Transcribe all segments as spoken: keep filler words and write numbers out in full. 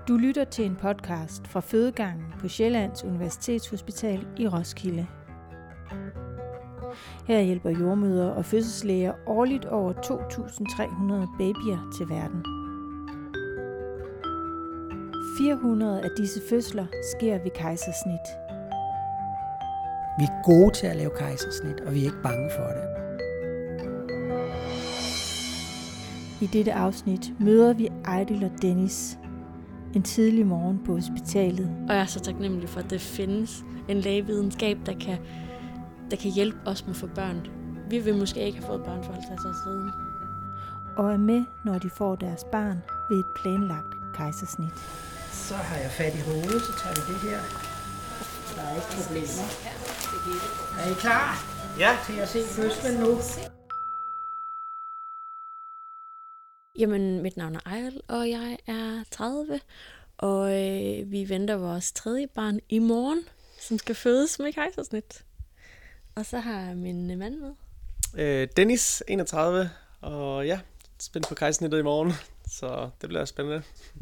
Du lytter til en podcast fra fødegangen på Sjællands Universitetshospital i Roskilde. Her hjælper jordmødre og fødselslæger årligt over to tusind tre hundrede babyer til verden. fire hundrede af disse fødsler sker ved kejsersnit. Vi er gode til at lave kejsersnit, og vi er ikke bange for det. I dette afsnit møder vi Ejdild og Dennis en tidlig morgen på hospitalet. Og jeg er så taknemmelig for, at det findes en lægevidenskab, der kan, der kan hjælpe os med at få børn. Vi vil måske ikke have fået børn for halvtreds år siden. Og er med, når de får deres barn ved et planlagt kejsersnit. Så har jeg fat i hovedet, så tager vi det her. Der er ikke problemer. Er I klar? Ja. Til at se fødslen nu? Jamen, mit navn er Ejdild, og jeg er tredive, og øh, vi venter vores tredje barn i morgen, som skal fødes med kejsersnit. Og så har jeg min mand med. Øh, Dennis, enogtredive, og ja, spændt på kejsersnittet i morgen, så det bliver spændende.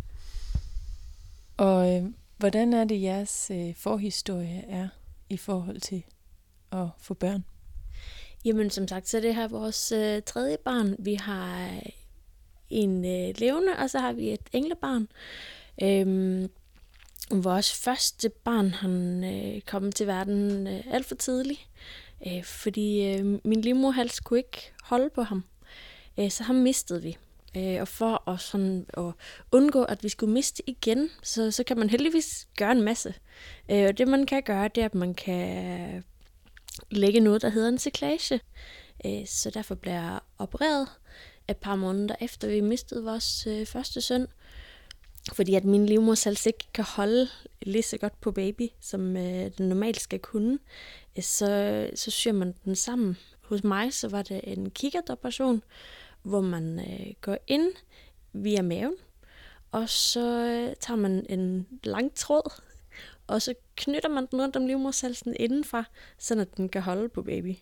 Og øh, hvordan er det, jeres øh, forhistorie er i forhold til at få børn? Jamen, som sagt, så er det her vores øh, tredje barn. Vi har en øh, levende, og så har vi et englebarn. Øhm, vores første barn, han øh, kom til verden øh, alt for tidligt, øh, fordi øh, min livmoderhals kunne ikke holde på ham. Øh, så ham mistede vi. Øh, og for at, sådan, at undgå, at vi skulle miste igen, så, så kan man heldigvis gøre en masse. Øh, og det man kan gøre, det er, at man kan lægge noget, der hedder en cyklage. Øh, så derfor bliver jeg opereret et par måneder efter vi mistede vores øh, første søn, fordi at min livmoderhals ikke kan holde lige så godt på baby, som øh, den normalt skal kunne, så, så syr man den sammen. Hos mig så var det en kikkertoperation, hvor man øh, går ind via maven, og så øh, tager man en lang tråd, og så knytter man den rundt om livmoderhalsen indenfra, så den kan holde på baby.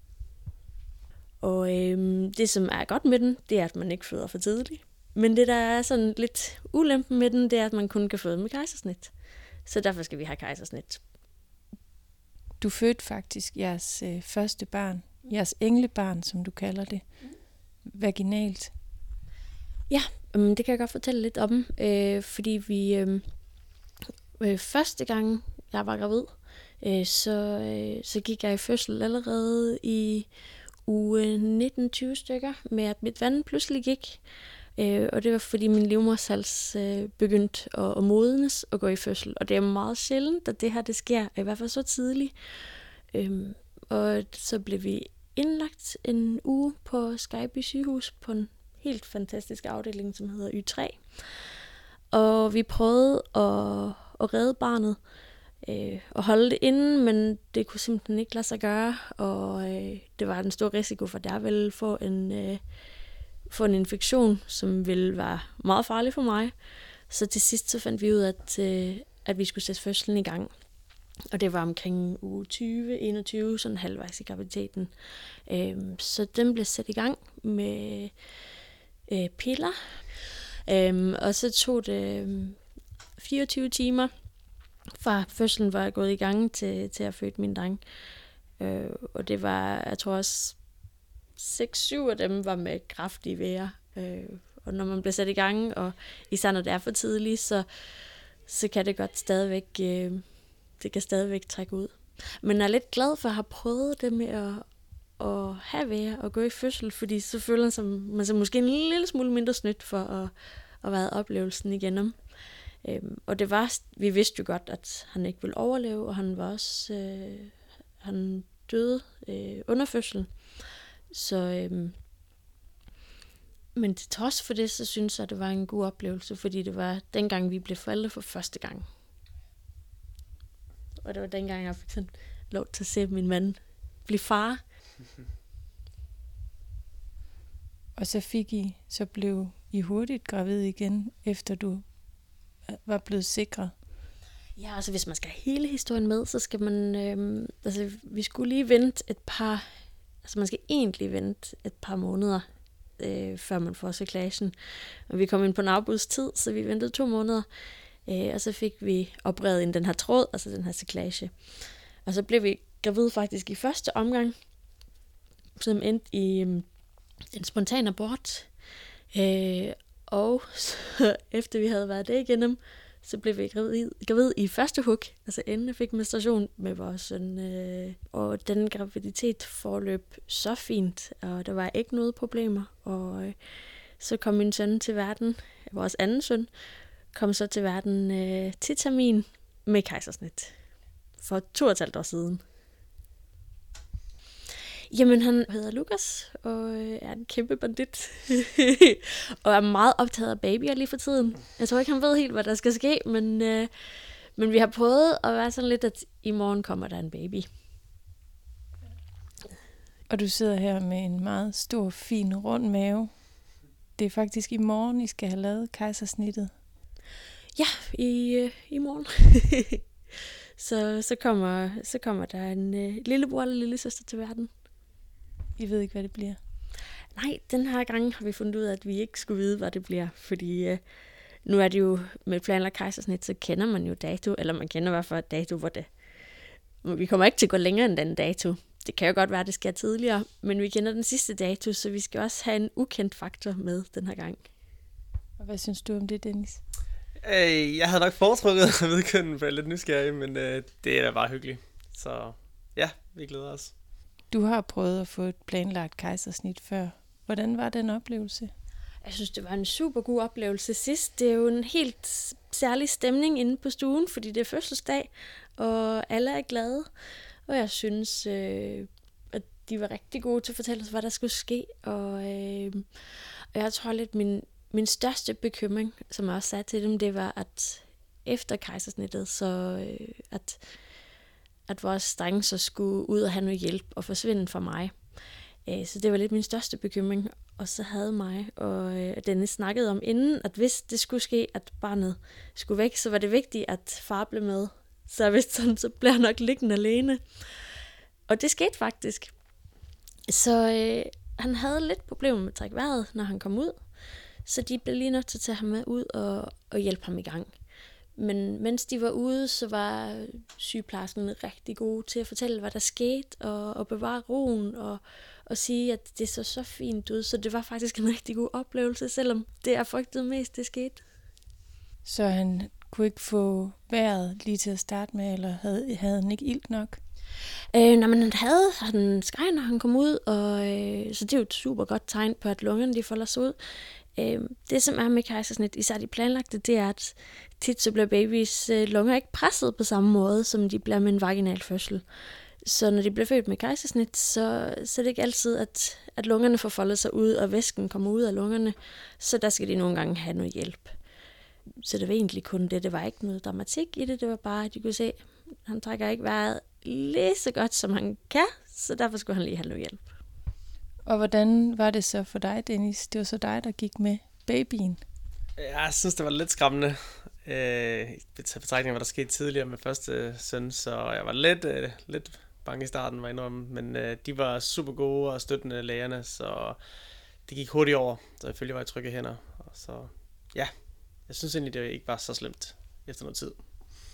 Og øhm, det, som er godt med den, det er, at man ikke føder for tidligt. Men det, der er sådan lidt ulempen med den, det er, at man kun kan føde med kejsersnit. Så derfor skal vi have kejsersnit. Du fødte faktisk jeres øh, første barn, jeres englebarn, som du kalder det, vaginalt. Ja, øhm, det kan jeg godt fortælle lidt om. Øh, fordi vi øhm, øh, første gang, jeg var gravid, øh, så, øh, så gik jeg i fødsel allerede i uge nitten tyve stykker, med at mit vand pludselig gik. Øh, og det var fordi min livmoderhals øh, begyndte at, at modnes og gå i fødsel. Og det er meget sjældent, at det her det sker, i hvert fald så tidligt. Øh, og så blev vi indlagt en uge på Skyby sygehus på en helt fantastisk afdeling, som hedder Y tre. Og vi prøvede at, at redde barnet øh, og holde det inde, men det kunne simpelthen ikke lade sig gøre, og øh, det var en stor risiko for, at jeg ville få en, øh, få en infektion, som ville være meget farlig for mig. Så til sidst så fandt vi ud af, at, øh, at vi skulle sætte fødslen i gang. Og det var omkring uge tyve enogtyve, sådan halvvejs i graviditeten. Øh, så den blev sat i gang med øh, piller. Øh, og så tog det øh, fireogtyve timer fra fødslen var jeg gået i gang til, til at føde min dreng. Øh, og det var, jeg tror også, seks syv af dem var med kraftige vejer. Øh, og når man bliver sat i gang, og især når det er for tidligt, så, så kan det godt stadigvæk, øh, det kan stadigvæk trække ud. Men jeg er lidt glad for at have prøvet det med at, at have vejer og gå i fødsel, fordi så føler man sig, man sig måske en lille smule mindre snydt for at, at være oplevelsen igennem. Øhm, og det var, vi vidste jo godt, at han ikke ville overleve, og han var også, øh, han døde øh, under fødslen. Så, øhm, men til trods for det, så synes jeg, at det var en god oplevelse, fordi det var dengang, vi blev forældre for første gang. Og det var dengang, jeg fik sådan lov til at se min mand blive far. Og så fik I, så blev I hurtigt gravid igen, efter du var blevet sikret? Ja, altså hvis man skal have hele historien med, så skal man, øh, altså vi skulle lige vente et par, altså man skal egentlig vente et par måneder, øh, før man får cyklagen. Og vi kom ind på en afbudstid, så vi ventede to måneder. Øh, og så fik vi opereret ind den her tråd, altså den her cyklage. Og så blev vi gravid faktisk i første omgang, som endte i um, en spontan abort. Øh, og så, efter vi havde været det igennem, så blev vi gravid, gravid i første hug, altså inden fik menstruation med vores søn. Øh, og den graviditet forløb så fint, og der var ikke noget problemer. Og øh, så kom min søn til verden, vores anden søn, kom så til verden øh, til termin med kejsersnit for to og et halvt år siden. Jamen, han hedder Lukas, og er en kæmpe bandit, og er meget optaget af babyer lige for tiden. Jeg tror ikke, han ved helt, hvad der skal ske, men, øh, men vi har prøvet at være sådan lidt, at i morgen kommer der en baby. Og du sidder her med en meget stor, fin, rund mave. Det er faktisk i morgen, I skal have lavet kejsersnittet. Ja, i, øh, i morgen. så, så, kommer, så kommer der en øh, lillebror eller lillesøster til verden. I ved ikke, hvad det bliver? Nej, den her gang har vi fundet ud af, at vi ikke skulle vide, hvad det bliver. Fordi øh, nu er det jo med planlagt kejsersnit, så kender man jo dato, eller man kender i hvert fald dato, hvor det... Vi kommer ikke til at gå længere end den dato. Det kan jo godt være, at det sker tidligere, men vi kender den sidste dato, så vi skal også have en ukendt faktor med den her gang. Og hvad synes du om det, Dennis? Øh, jeg havde nok foretrukket at vedkende, for jeg er lidt nysgerrig, men øh, det er da bare hyggeligt. Så ja, vi glæder os. Du har prøvet at få et planlagt kejsersnit før. Hvordan var den oplevelse? Jeg synes, det var en super god oplevelse sidst. Det er jo en helt særlig stemning inde på stuen, fordi det er fødselsdag, og alle er glade. Og jeg synes, øh, at de var rigtig gode til at fortælle os, hvad der skulle ske. Og, øh, og jeg tror lidt, min, min største bekymring, som jeg også sagde til dem, det var, at efter kejsersnittet, så øh, at, at vores dreng så skulle ud og have noget hjælp og forsvinde fra mig. Øh, så det var lidt min største bekymring. Og så havde mig og øh, Dennis snakket om inden, at hvis det skulle ske, at barnet skulle væk, så var det vigtigt, at far blev med. Så hvis sådan, så bliver han nok liggende alene. Og det skete faktisk. Så øh, han havde lidt problemer med at trække vejret, når han kom ud. Så de blev lige nødt til at tage ham med ud og, og hjælpe ham i gang. Men mens de var ude, så var sygeplejersken rigtig gode til at fortælle, hvad der skete, og, og bevare roen, og, og sige, at det så så fint ud. Så det var faktisk en rigtig god oplevelse, selvom det jeg frygtede mest, det skete. Så han kunne ikke få vejret lige til at starte med, eller havde, havde han ikke ilt nok? Øh, når man havde, han skreg, når han kom ud, og øh, så det er jo et super godt tegn på, at lungerne de folder sig ud. Øh, det som er med kejsersnit, især de planlagte, det er, at tit så bliver babys øh, lunger ikke presset på samme måde, som de bliver med en vaginal fødsel. Så når de bliver født med kejsersnit, så, så er det ikke altid, at, at lungerne får foldet sig ud, og væsken kommer ud af lungerne, så der skal de nogle gange have noget hjælp. Så det var egentlig kun det. Det var ikke noget dramatik i det. Det var bare, at de kunne se, at han trækker ikke vejret lige så godt, som han kan, så derfor skulle han lige have noget hjælp. Og hvordan var det så for dig, Dennis? Det var så dig, der gik med babyen. Jeg synes, det var lidt skræmmende. Øh, I betragtning af, hvad der skete tidligere med første søn, så jeg var lidt, øh, lidt bange i starten, var indrømme. Men øh, de var super gode og støttende lægerne, så det gik hurtigt over. Så jeg følte, jeg var i trygge hænder. Og så ja, jeg synes egentlig, det ikke var så slemt efter noget tid.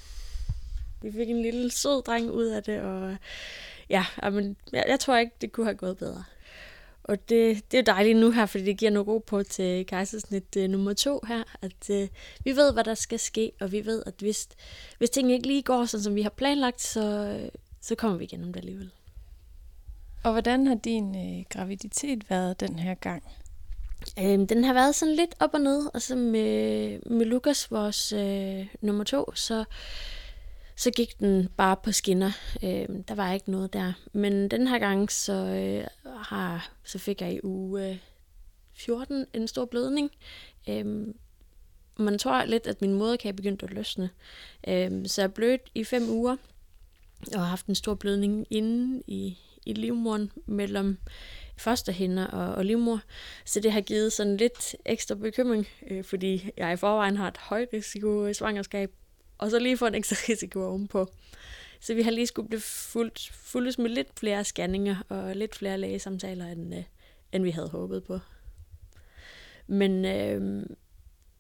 Vi fik en lille sød dreng ud af det, og ja, men jeg, jeg tror ikke, det kunne have gået bedre. Og det, det er jo dejligt nu her, fordi det giver noget ro på til kejsersnit uh, nummer to her, at uh, vi ved, hvad der skal ske, og vi ved, at hvis, hvis tingene ikke lige går, sådan som vi har planlagt, så, så kommer vi igennem det alligevel. Og hvordan har din øh, graviditet været den her gang? Øhm, den har været sådan lidt op og ned, og så med, med Lukas, vores øh, nummer to, så, så gik den bare på skinner. Øhm, der var ikke noget der. Men den her gang, så, øh, har, så fik jeg i uge øh, fjorten en stor blødning. Øhm, man tror lidt, at min moderkage begyndte at løsne. Øhm, så jeg blødte i fem uger, og har haft en stor blødning inde i, i livmoderen mellem fosterhinder og, og livmor. Så det har givet sådan lidt ekstra bekymring, øh, fordi jeg i forvejen har et højt risiko svangerskab, og så lige få en ekstra risiko ovenpå. Så vi har lige skulle blive fuldt, fuldt med lidt flere scanninger og lidt flere lægesamtaler, end, øh, end vi havde håbet på. Men, øh,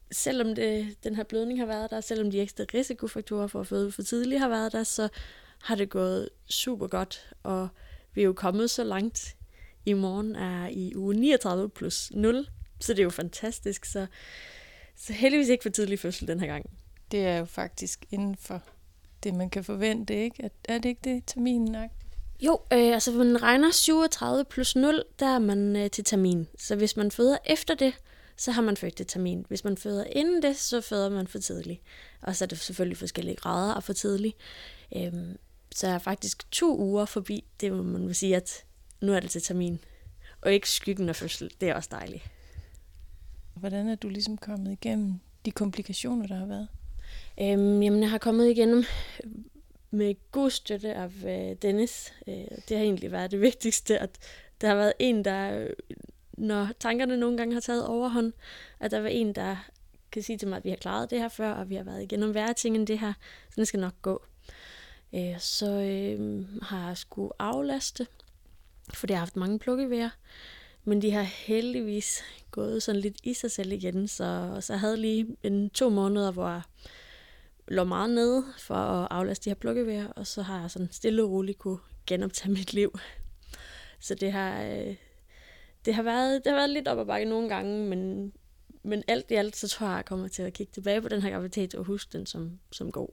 selvom det, den her blødning har været der, selvom de ekstra risikofaktorer for at føde for tidligt har været der, så har det gået super godt, og vi er jo kommet så langt. I morgen er i uge niogtredive plus nul, så det er jo fantastisk, så, så heldigvis ikke for tidlig fødsel den her gang. Det er jo faktisk inden for det, man kan forvente, ikke? Er, er det ikke det, terminen er? Jo, øh, altså man regner syvogtredive plus nul, der er man øh, til termin. Så hvis man føder efter det, så har man født til termin. Hvis man føder inden det, så føder man for tidligt. Og så er det selvfølgelig forskellige grader af for tidligt. Øhm, så er faktisk to uger forbi, det må man vil sige, at nu er det til termin. Og ikke skyggen af fødsel, det er også dejligt. Hvordan er du ligesom kommet igennem de komplikationer, der har været? Øhm, jamen, jeg har kommet igennem med god støtte af øh, Dennis. Øh, det har egentlig været det vigtigste, at der har været en, der, når tankerne nogle gange har taget overhånd, at der var en, der kan sige til mig, at vi har klaret det her før, og vi har været igennem værre ting end det her, så det skal nok gå. Øh, så øh, har jeg skulle aflaste, for det har haft mange plukkevejer, men de har heldigvis gået sådan lidt i sig selv igen, så, så jeg havde lige en to måneder, hvor jeg lå meget nede for at aflaste de her plukkevejer, og så har jeg sådan stille og roligt kunne genoptage mit liv. Så det har, øh, det har, været, det har været lidt op ad bakke nogle gange, men, men alt i alt, så tror jeg, jeg kommer til at kigge tilbage på den her graviditet og huske den som, som god.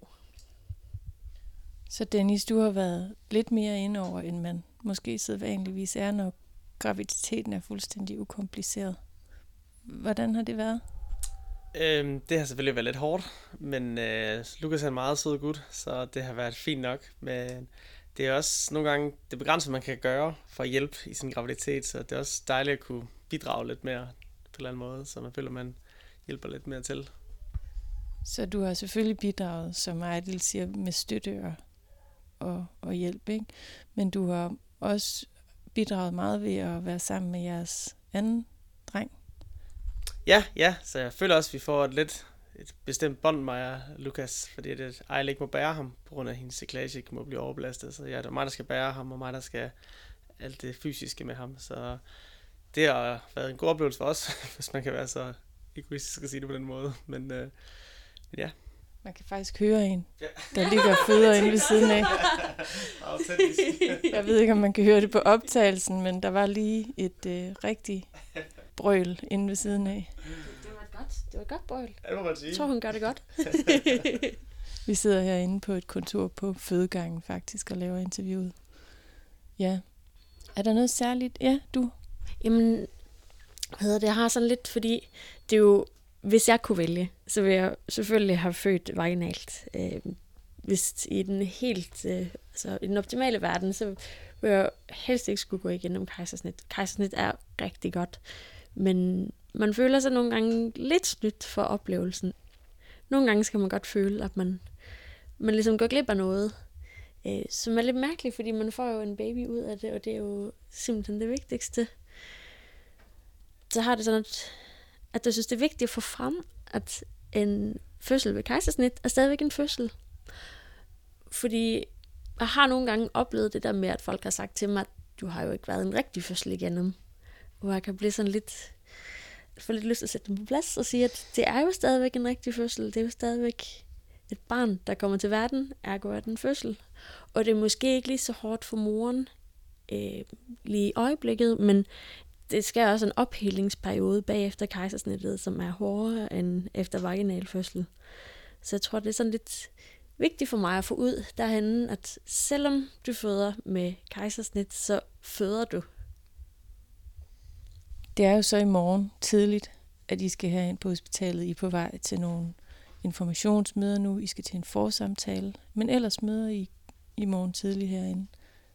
Så Dennis, du har været lidt mere inde over, end man måske sædvanligvis er, når graviditeten er fuldstændig ukompliceret. Hvordan har det været? Øhm, det har selvfølgelig været lidt hårdt, men øh, Lukas er en meget sød gut, så det har været fint nok. Men det er også nogle gange det begrænset, man kan gøre for at hjælpe i sin graviditet, så det er også dejligt at kunne bidrage lidt mere på en eller anden måde, så man føler, man hjælper lidt mere til. Så du har selvfølgelig bidraget, som Ejdil siger, med støtte og, og, og hjælp, ikke? Men du har også bidraget meget ved at være sammen med jeres anden dreng. Ja, ja, så jeg føler også, at vi får et lidt et bestemt bånd, mig og Lukas, fordi det Ejl ikke må bære ham, på grund af hendes cyklage ikke må blive overbelastet. Så ja, det er mig, der skal bære ham, og mig, der skal alt det fysiske med ham. Så det har været en god oplevelse for os, hvis man kan være så egoistisk at sige det på den måde. Men, øh, men ja. Man kan faktisk høre en, der ligger og føder inde ved siden af. Jeg ved ikke, om man kan høre det på optagelsen, men der var lige et øh, rigtigt brøl inde ved siden af. Det var et godt, det var et godt brøl. Ja, det må man sige. Jeg tror, hun gør det godt. Vi sidder herinde på et kontor på fødegangen faktisk og laver interviewet. Ja. Er der noget særligt? Ja, du? Jamen, hvad hedder det? Jeg har sådan lidt, fordi det er jo, hvis jeg kunne vælge, så vil jeg selvfølgelig have født vaginalt. Øh, hvis i den helt, øh, altså i den optimale verden, så vil jeg helst ikke skulle gå igennem kejsersnit. Kejsersnit er rigtig godt, men man føler sig nogle gange lidt snydt for oplevelsen. Nogle gange skal man godt føle, at man, man ligesom går glip af noget, øh, som er lidt mærkeligt, fordi man får jo en baby ud af det, og det er jo simpelthen det vigtigste. Så har det sådan, at, at jeg synes, det er vigtigt at få frem, at en fødsel ved kejsersnit er stadigvæk en fødsel. Fordi jeg har nogle gange oplevet det der med, at folk har sagt til mig, at du har jo ikke været en rigtig fødsel igennem. Hvor jeg kan blive sådan lidt, få lidt lyst til at sætte dem på plads og sige, at det er jo stadigvæk en rigtig fødsel. Det er jo stadigvæk et barn, der kommer til verden, ergo er den fødsel. Og det er måske ikke lige så hårdt for moren øh, lige i øjeblikket, men det skal også en ophælingsperiode bagefter kejsersnittet, som er hårdere end efter vaginal fødsel. Så jeg tror, det er sådan lidt vigtigt for mig at få ud derhenne, at selvom du føder med kejsersnit, så føder du. Det er jo så i morgen tidligt, at I skal herind på hospitalet. I er på vej til nogle informationsmøder nu. I skal til en forsamtale. Men ellers møder I i morgen tidligt herinde.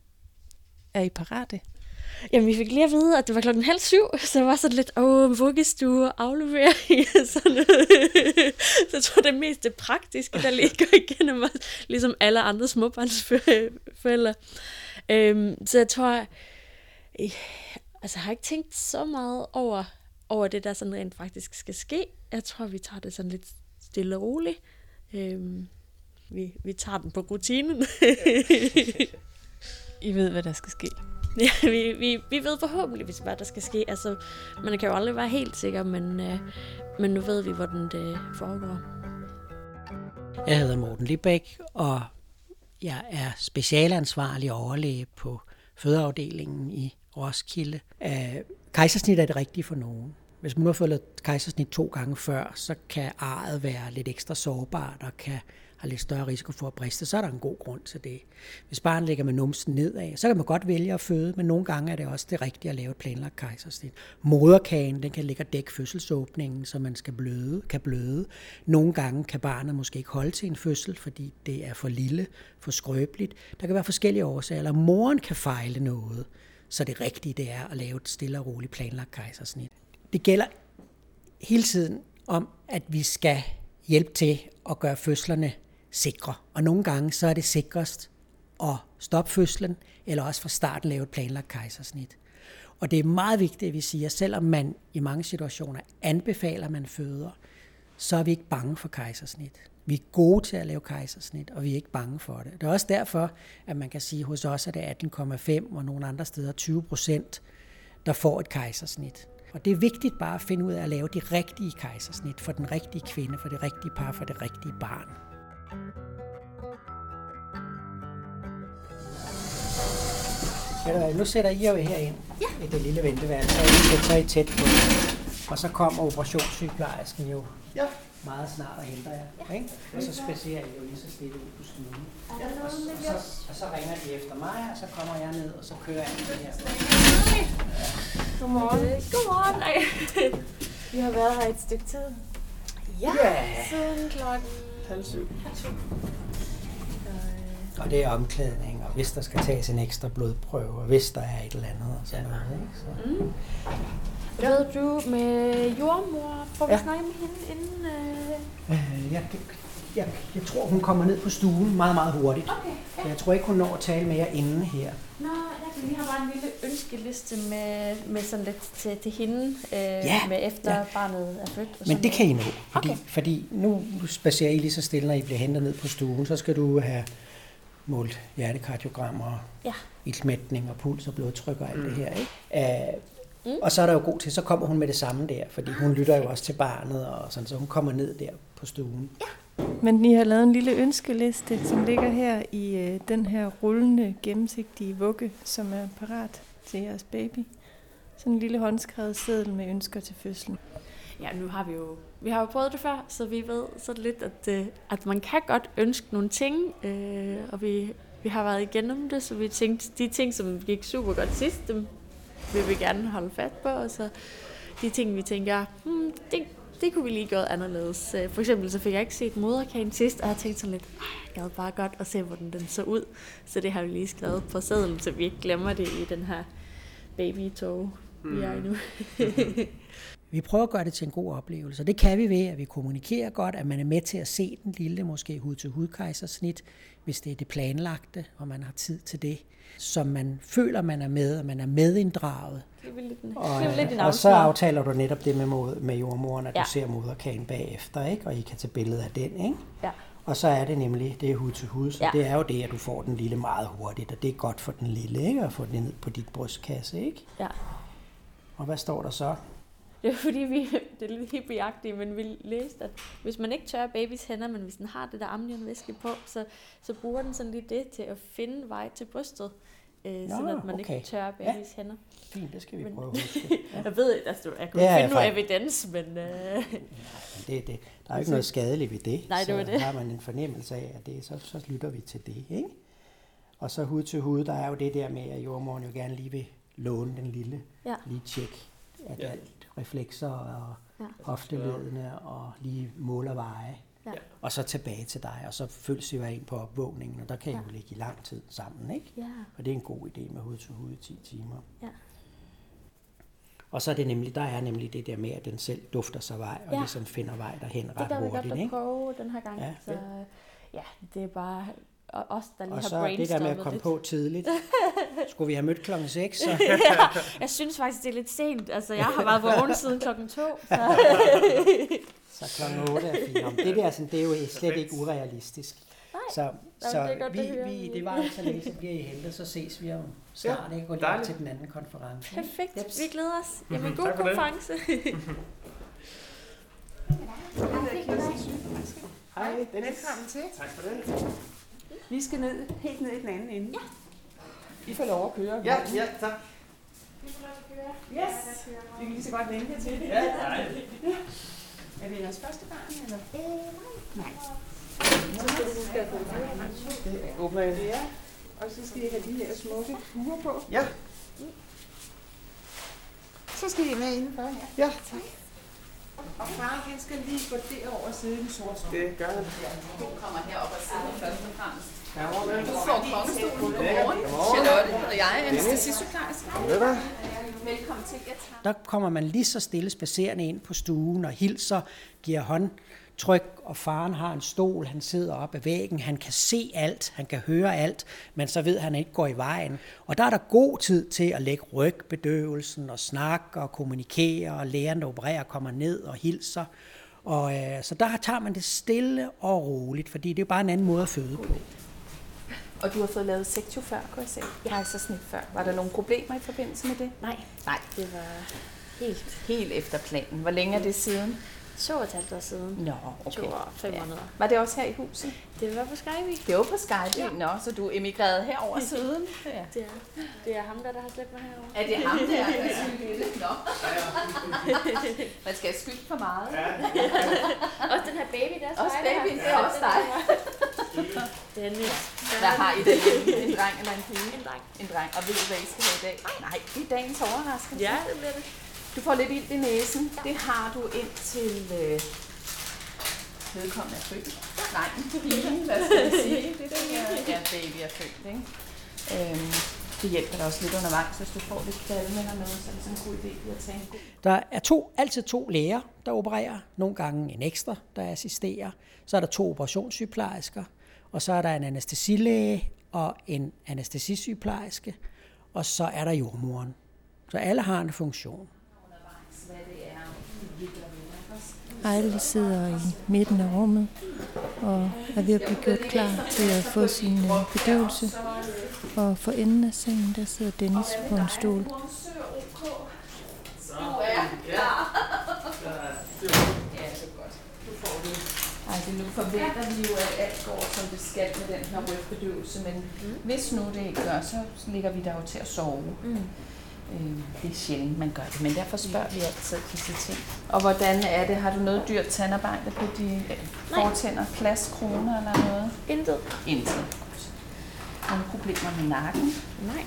Er I parate? Jamen, vi fik lige at vide, at det var klokken halv syv, så det var sådan lidt, åh, vuggestue og aflevering. Sådan, så jeg tror, det er mest det praktiske, der lige går igennem os, ligesom alle andre småbarnsforældre. Øhm, så jeg tror, øh, altså jeg har ikke tænkt så meget over, over det, der sådan rent faktisk skal ske. Jeg tror, vi tager det sådan lidt stille og roligt. Øhm, vi, vi tager den på rutinen. I ved, hvad der skal ske. Ja, vi, vi, vi ved forhåbentlig, hvad der skal ske. Altså, man kan jo aldrig være helt sikker, men, øh, men nu ved vi, hvordan det foregår. Jeg hedder Morten Libæk, og jeg er specialansvarlig overlæge på fødeafdelingen i Roskilde. Kejsersnit er det rigtige for nogen. Hvis man nu har fået kejsersnit to gange før, så kan arret være lidt ekstra sårbart og kan have lidt større risiko for at briste, så er der en god grund til det. Hvis barnet ligger med numsen nedad, så kan man godt vælge at føde, men nogle gange er det også det rigtige at lave et planlagt kejsersnit. Moderkagen, den kan ligge og dække fødselsåbningen, så man skal bløde, kan bløde. Nogle gange kan barnet måske ikke holde til en fødsel, fordi det er for lille, for skrøbeligt. Der kan være forskellige årsager, eller moren kan fejle noget, så det rigtige det er at lave et stille og roligt planlagt kejsersnit. Det gælder hele tiden om, at vi skal hjælpe til at gøre fødslerne sikre. Og nogle gange så er det sikrest at stoppe fødslen, eller også fra starten lave et planlagt kejsersnit. Og det er meget vigtigt, at vi siger, at selvom man i mange situationer anbefaler, at man føder, så er vi ikke bange for kejsersnit. Vi er gode til at lave kejsersnit, og vi er ikke bange for det. Det er også derfor, at man kan sige, at hos os er det atten komma fem, og nogle andre steder tyve procent, der får et kejsersnit. Og det er vigtigt bare at finde ud af at lave de rigtige kejsersnit for den rigtige kvinde, for det rigtige par, for det rigtige barn. Nu sætter I jo herind ja. i det lille venteværelse, og I sætter I tæt på. Og så kommer operationssygeplejersken jo ja. meget snart og henter jer. Ja. Ikke? Og så spacerer I jo lige så stille ud på stuen. Ja. Og, så, og så ringer de efter mig, og så kommer jeg ned, og så kører jeg ind her. Ja. Godmorgen. Godmorgen. Nej. Vi har været her et stykke tid. Ja, ja. Siden klokken halv syv. Og det er omklædning, og hvis der skal tages en ekstra blodprøve, og hvis der er et eller andet og sådan noget. Ikke? Så. Mm. Ved du med jordmor? Får vi ja. snakke med hende inden? Øh... Øh, jeg, jeg, jeg tror, hun kommer ned på stuen meget, meget hurtigt. Okay. Ja. Så jeg tror ikke, hun når at tale med jer inden her. Nå, vi har bare en lille ønskeliste med, med sådan lidt til, til hende, øh, ja, med efter ja. barnet er født. Og Men det kan I nå, fordi, okay. fordi nu spacerer I lige så stille, når I bliver hentet ned på stuen, så skal du have målt hjertekardiogram og ja. iltmætning og puls og blodtryk og alt mm. det her. Ikke? Uh, mm. Og så er der jo god til, så kommer hun med det samme der, fordi hun lytter jo også til barnet, og sådan, så hun kommer ned der på stuen. Ja. Men I har lavet en lille ønskeliste, som ligger her i øh, den her rullende, gennemsigtige vugge, som er parat til jeres baby. Sådan en lille håndskrevet seddel med ønsker til fødslen. Ja, nu har vi jo vi har jo prøvet det før, så vi ved så lidt, at, at man kan godt ønske nogle ting, øh, og vi, vi har været igennem det, så vi tænkte, de ting, som gik super godt sidst, dem vil vi gerne holde fat på, og så de ting, vi tænker, hmm, det, det kunne vi lige gøre anderledes. For eksempel så fik jeg ikke set moderkagen sidst, og jeg tænkte sådan lidt, jeg gad bare godt at se, hvordan den så ud, så det har vi lige skrevet på sedlen, så vi ikke glemmer det i den her baby-tog, vi er i nu. Vi prøver at gøre det til en god oplevelse, og det kan vi ved, at vi kommunikerer godt, at man er med til at se den lille, måske hud-til-hud-kejsersnit, hvis det er det planlagte, og man har tid til det, så man føler, man er med, og man er medinddraget. Og, og så aftaler du netop det med, med jordmoren, at ja. du ser moderkagen bagefter, ikke? Og I kan tage billede af den, ikke? Ja. Og så er det nemlig, det er hud til hud, så ja. det er jo det, at du får den lille meget hurtigt, og det er godt for den lille, ikke? At få den ned på dit brystkasse, ikke? Ja. Og hvad står der så? Det er fordi, vi, det er lidt hippieagtigt, men vi læste, at hvis man ikke tørrer babys hænder, men hvis den har det der amnionvæske på, så, så bruger den sådan lige det til at finde vej til brystet, øh, Nå, sådan at man okay. ikke tørrer babys ja. hænder. Fint, det skal vi men, prøve at huske. Ja. Jeg ved, altså, jeg kunne ja, finde noget evidens, men... Øh... Ja, men det, det, der er jo ikke noget skadeligt ved det. Nej, det var så det. har man en fornemmelse af, at det, så, så lytter vi til det, ikke? Og så hud til hud, der er jo det der med, at jordmoren jo gerne lige vil låne den lille, ja. lige tjek, at ja. alt reflekser og ja. hofteledene og lige måler veje. Ja. Og så tilbage til dig, og så følges jo en på opvågningen, og der kan I ja. jo ligge i lang tid sammen, ikke? Ja. Og det er en god idé med hud til hud i ti timer. Ja. Og så er det nemlig, der er nemlig det der med, at den selv dufter sig vej, og ja. ligesom finder vej derhen ret hurtigt, ikke? Det gør vi godt at prøve den her gang, ja. så ja, det er bare os, der lige og har brainstormet lidt. Og så det der med at komme lidt. på tidligt. Skulle vi have mødt klokken seks? Så? Ja, jeg synes faktisk, det er lidt sent. Altså, jeg har været vågen siden klokken to. Så, så klokken otte er fint. Det der, sådan, det er jo slet ikke urealistisk. Så, Nå, Så det er godt vi, at høre. vi, det var ikke så længe, så bliver I hentet, så ses vi om snart, Ja, ikke? Gå lige dejligt. til den anden konference. Perfekt, Jeps. vi glæder os. Jamen, god Tak for det. konference. Hej, velkommen til. Tak for det. Vi skal ned, helt ned i den anden ende. Ja. I får lov at køre. Ja, ja, tak. Yes. Vi kan lige så godt vente jer til det. Ja, dejligt. Er det jeres første barn, eller? Øh, Nej. Så skal du skal gå Det åbner jeg det er. Og så skal I have de her smukke huer på. Ja. Så skal I med indenfor. Ja. Ja, Tak. Og far, han skal lige gå derover og sidde i den sorte stol. det gør jeg. Du kommer herop og sidder først og fremmest. Godmorgen. Du får kongestolen. Godmorgen. Charlotte hedder jeg, anestesisygeplejerske. Godmorgen. Velkommen til. Jeg tager Der kommer man lige så stille spacerende ind på stuen og hilser, giver håndtryk, og faren har en stol, han sidder op ad væggen, han kan se alt, han kan høre alt, men så ved han, at han ikke går i vejen. Og der er der god tid til at lægge rygbedøvelsen og snakke og kommunikere, og lægerne, der opererer, kommer ned og hilser. Og, øh, så der tager man det stille og roligt, fordi det er bare en anden måde at føde på. Og du har fået lavet sektio før, kunne jeg se. Kejsersnit før. Var der nogle problemer i forbindelse med det? Nej, Nej, det var helt helt efter planen. Hvor længe er det siden? to og et halvt år siden. Nå, okay. To og fem måneder. Var det også her i huset? Det var på Skype. Det var på Skype. Ja. Nå, så du emigrerede herover siden? Ja. Det er, det er ham, der, der har slæbt mig herovre. Er det ham der, der er skyld i det? Nå. Man skal have skyld for meget. Også den her baby, der er Også Skype her. babyen, det er også dig. Dennis. Hvad har I derhjemme? En dreng eller en pige? En dreng. En dreng. Og ved du, hvad I skal have i dag? Nej, det er dagens overraskelse. Ja, det bliver det. Du får lidt ild i næsen. Det har du indtil øh, vedkommende er født. Nej, pigen, hvad skal jeg sige? Det er den her, ja, baby er født, ikke? Øhm, det hjælper dig også lidt undervejs, hvis du får lidt kvalme eller noget, så er det sådan en god idé at tage en god. Der er to, altid to læger, der opererer. Nogle gange en ekstra, der assisterer. Så er der to operationssygeplejersker, og så er der en anæstesilæge og en anæstesisygeplejerske, og så er der jordmoren. Så alle har en funktion. Ejl sidder i midten af rummet og er ved at blive gjort klar til at få sin øh, bedøvelse. Og for enden af sengen, der sidder Dennis på en stol. Altså, nu forventer vi jo, at alt går, som det skal med den her rygbedøvelse, men mm. hvis nu det ikke gør, så ligger vi der jo til at sove. Mm. Øh, det er sjældent, man gør det, men derfor spørger vi altid disse ting. Og hvordan er det? Har du noget dyrt tandarbejde på de fortænder? Plads, kroner eller noget? Intet. Intet. Nogle problemer med nakken? Nej.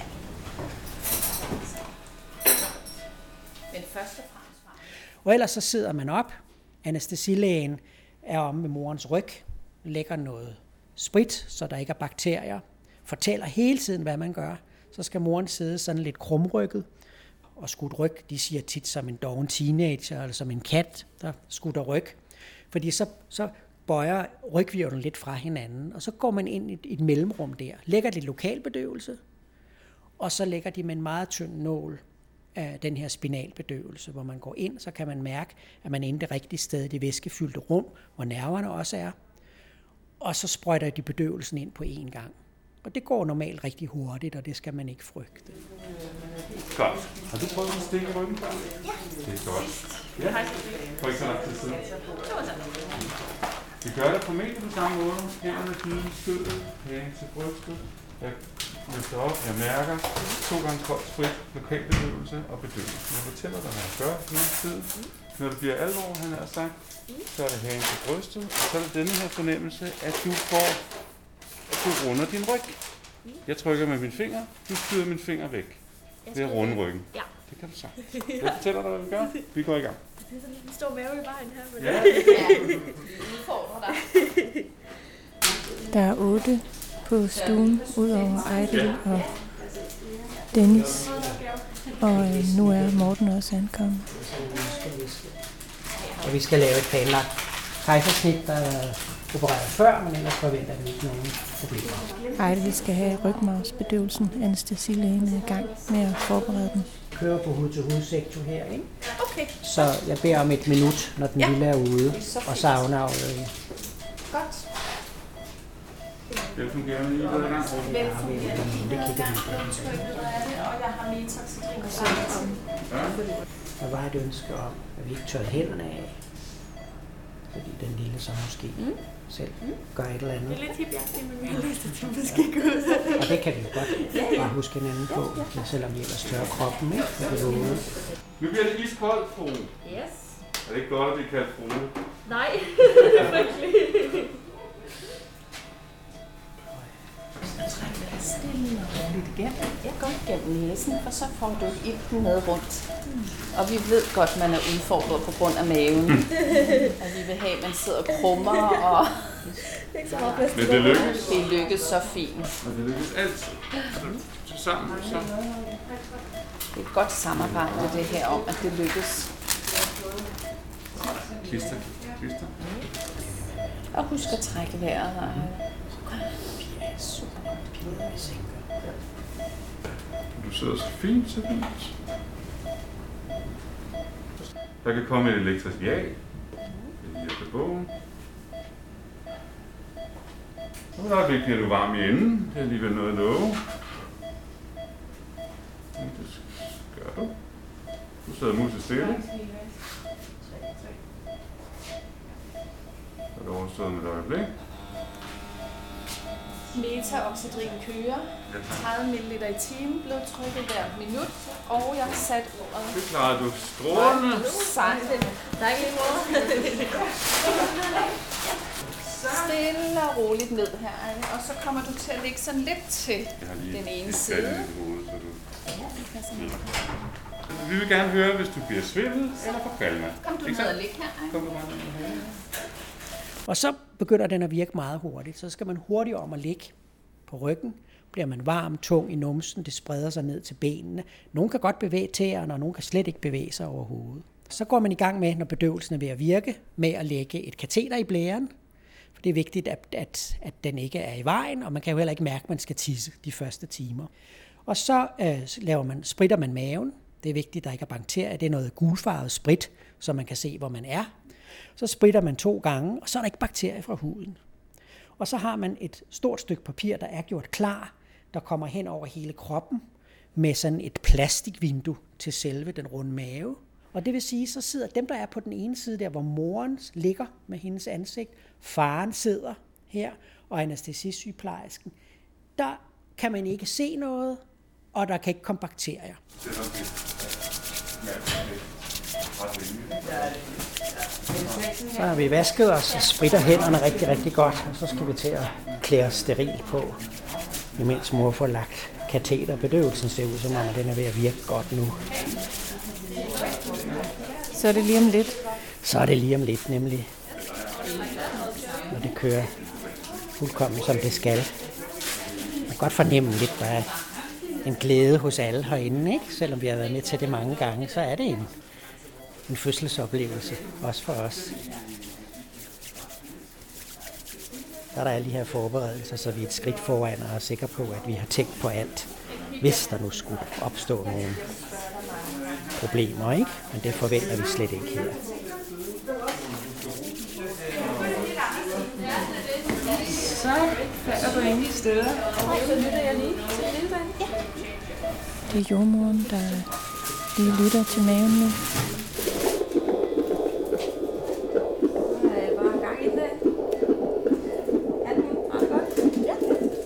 Men først og fremmest... Og ellers så sidder man op. Anæstesilægen er om med morens ryg, lægger noget sprit, så der ikke er bakterier, fortæller hele tiden, hvad man gør. Så skal moren sidde sådan lidt krumrykket og skudt ryg. De siger tit som en doven teenager, eller som en kat, der skutter ryg. Fordi så, så bøjer rygvirvlen lidt fra hinanden, og så går man ind i et mellemrum der, lægger lidt lokalbedøvelse, og så lægger de med en meget tynd nål af den her spinalbedøvelse, hvor man går ind, så kan man mærke, at man er inde det rigtige sted i det væskefyldte rum, hvor nerverne også er. Og så sprøjter de bedøvelsen ind på én gang. Og det går normalt rigtig hurtigt, og det skal man ikke frygte. Godt. Har du prøvet at stikke ryggen før? Ja. Det er godt. Ja. For ikke så lang tid siden. Vi gør det formentlig på samme måde. Hænderne knyder skødet, pæne til brystet. Jeg løfter op, jeg mærker to gange koldt sprit, lokalbedøvelse og bedøvelse. Jeg fortæller dig, hvad jeg gør hele tiden. Når det bliver alvor, han har sagt, så er det hagen til brystet, og så er det denne her fornemmelse, at du får, at du runder din ryg. Jeg trykker med min finger, du skyder min finger væk. Det er at runde ryggen. Ja. Det kan du sagt. Jeg fortæller dig, hvad vi gør. Vi går i gang. Det er sådan en stor mave i vejen her. Men Ja. Udfordrer dig. Der er otte på stuen, udover Ejl og Dennis. Og øh, nu er Morten også ankommet. Og vi skal lave et planlagt kejsersnit, der er opereret før, men ellers forventer vi ikke nogen problemer. Ejl skal have rygmarvsbedøvelsen. Anæstesilægen er i gang med at forberede den. Kører på hud-til-hud-sektor her, ikke? Okay. Så jeg beder om et minut, når den Ja. lille er ude, Så og fint. så afnavler vi. Godt. Velfungerende i hver gang. Velfungerende i hver gang. Blodtrykket er det, og jeg har metoxidrin og sådan. Der var et ønske om, at vi ikke tørrede hænderne af, fordi den lille så måske mm. selv mm. gør et eller andet. Det er lidt hippieagtigt, men vi har lyst til at måske gå ud. Og det kan vi jo godt bare huske hinanden på, selvom vi ellers tørrer kroppen, ikke? Nu bliver det iskoldt, Frue. Yes. Er det ikke godt at blive kaldt Frue? Nej, det er frygteligt. Træk dig stille og roligt igennem. Jeg går igennem næsen, for så får du ilten med rundt. Og vi ved godt, man er udfordret på grund af maven. Og vi vil have, at man sidder og krummer. Og Men det lykkes. Det lykkes så fint. Og det lykkes altid. Så sammen, så. Det er et godt samarbejde, det her om, at det lykkes. Klister, klister. Og husk at trække vejret. Du sidder så fint, så fint. Der kan komme et elektrisk ja. Det er lige efter bogen. Og der er vigtigt, at du er varm i enden. Det er alligevel noget at love. Det gør du. Du sidder muset stille. Så er det overstået med et øjeblik. Metaoxidrin kører. tredive milliliter i timen. Blodtrykket hver minut. Og jeg har sat ordet. Det klarer du strålende. Sejt. Tak lige måde. Stille og roligt ned her. Og så kommer du til at ligge sådan lidt til den ene side. Ja, det passer med. Vi vil gerne høre, hvis du bliver svimmel eller for kvalme. Kom du ned og ligge her. Kom du bare ned. Og så begynder den at virke meget hurtigt. Så skal man hurtigt om at ligge på ryggen. Bliver man varm, tung i numsen, det spreder sig ned til benene. Nogle kan godt bevæge tæerne, og nogle kan slet ikke bevæge sig overhovedet. Så går man i gang med, når bedøvelsen er ved at virke, med at lægge et kateter i blæren. For det er vigtigt, at, at, at den ikke er i vejen, og man kan jo heller ikke mærke, at man skal tisse de første timer. Og så øh, laver man, spritter man maven. Det er vigtigt, at der ikke er bakterier. Det er noget gulfarvet sprit, så man kan se, hvor man er. Så spritter man to gange, og så er der ikke bakterier fra huden. Og så har man et stort stykke papir, der er gjort klar, der kommer hen over hele kroppen, med sådan et plastikvindue til selve den runde mave. Og det vil sige, så sidder dem, der er på den ene side der, hvor moren ligger med hendes ansigt, faren sidder her, og anæstesisygeplejersken. Der kan man ikke se noget, og der kan ikke komme bakterier. Så har vi vasket os og spritter hænderne rigtig, rigtig godt, og så skal vi til at klæde os steril på, imens mor får lagt kateter. Bedøvelsen ser ud, som om den er ved at virke godt nu. Så er det lige om lidt. Så er det lige om lidt, nemlig. Og det kører fuldkommen, som det skal. Man kan godt fornemme lidt, der er en glæde hos alle herinde, ikke? Selvom vi har været med til det mange gange, så er det en, en fødselsoplevelse, også for os. Der er der alle de her forberedelser, så vi er et skridt foran og er sikre på, at vi har tænkt på alt, hvis der nu skulle opstå nogle problemer, ikke? Men det forventer vi slet ikke her. Så falder du ind i steder. Så lytter jeg lige til lilleband. Ja. Det er jordmoren, der lige lytter til maven nu. Bare gang i det. Er den meget godt? Ja.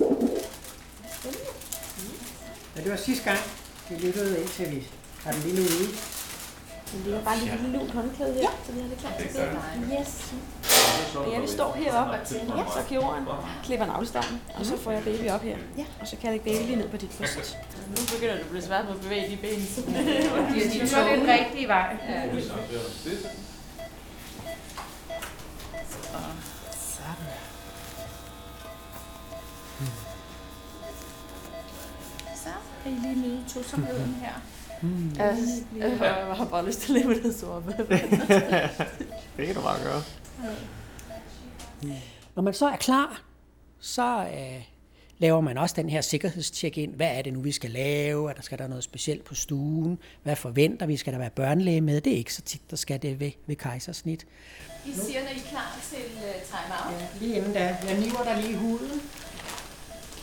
Ja, det var sidste gang, vi lyttede ind til vi har den lille ude. Den ligger bare lige lille lunt håndklæde her, så vi har det klar til det. Yes. Og jeg vil stå heroppe, ja, så kirurgen klipper navlestangen, og så får jeg baby op her. Ja. Og så kan jeg lægge baby lige ned på dit bryst. Nu begynder det at blive svært at bevæge de ben. De er den rigtige vej. Ja. Sådan. Så kan I lige nyde tosomheden her. Mm. Altså, jeg har bare lyst til at leve det så op. Det kan du bare gøre. Når man så er klar, så øh, laver man også den her sikkerhedstjek-ind. Hvad er det nu, vi skal lave? Er der, skal der noget specielt på stuen? Hvad forventer vi? Skal der være børnelæge med? Det er ikke så tit, der skal det ved, ved kejsersnit. I siger, når I er klar til uh, time-out? Ja, lige inden da. Jeg niver der lige huden.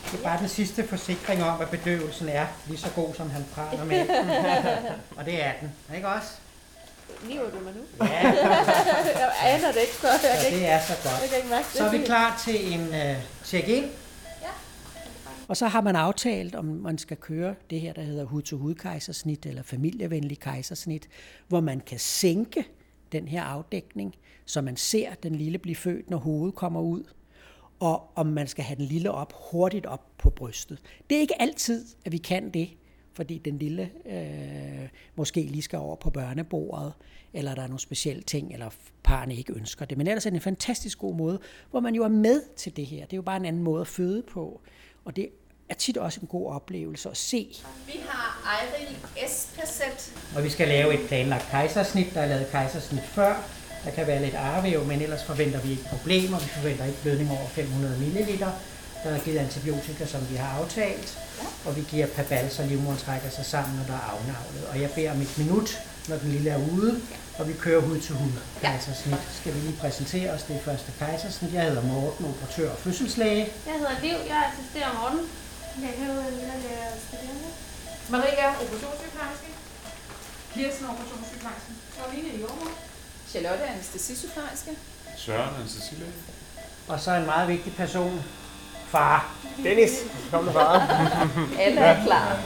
Det er bare den sidste forsikring om, at bedøvelsen er lige så god, som han praler med. Og det er den, ikke også? Niver du mig nu? Ja. Jeg aner det ikke, så jeg kan Så ikke, det er så godt. jeg kan ikke mærke det. Så er vi klar til en uh, check-in. Og så har man aftalt, om man skal køre det her, der hedder hud-til-hud-kejsersnit eller familievenlig kejsersnit, hvor man kan sænke den her afdækning, så man ser den lille blive født, når hovedet kommer ud, og om man skal have den lille op hurtigt op på brystet. Det er ikke altid, at vi kan det, fordi den lille øh, måske lige skal over på børnebordet, eller der er nogle specielle ting, eller parerne ikke ønsker det. Men ellers er det en fantastisk god måde, hvor man jo er med til det her. Det er jo bare en anden måde at føde på, og det er tit også en god oplevelse at se. Vi har Ejril S-Passet. Og vi skal lave et planlagt kejsersnit. Der er lavet kejsersnit før. Der kan være lidt arvæv, men ellers forventer vi ikke problemer. Vi forventer ikke blødning over fem hundrede milliliter. Der er givet antibiotika, som vi har aftalt. Og vi giver Pabal, så livmoderen trækker sig sammen, når der er afnavlet. Og jeg beder om et minut, når den lille er ude, og vi kører hud til hud. Kejsersnit. Skal vi lige præsentere os? Det er første kejsersnit. Jeg hedder Morten, operatør og fødselslæge. Jeg hedder Liv, jeg assisterer Morten. Jeg hedder Lilla, jeg er studerende. Maria, operationssygeplejerske. Kirsten, operationssygeplejerske. Karoline, jordmor. Charlotte, anæstesisygeplejerske. Søren, anestesilæge. Og så en meget vigtig person. Far. Dennis, kom nu far. Alle er klar.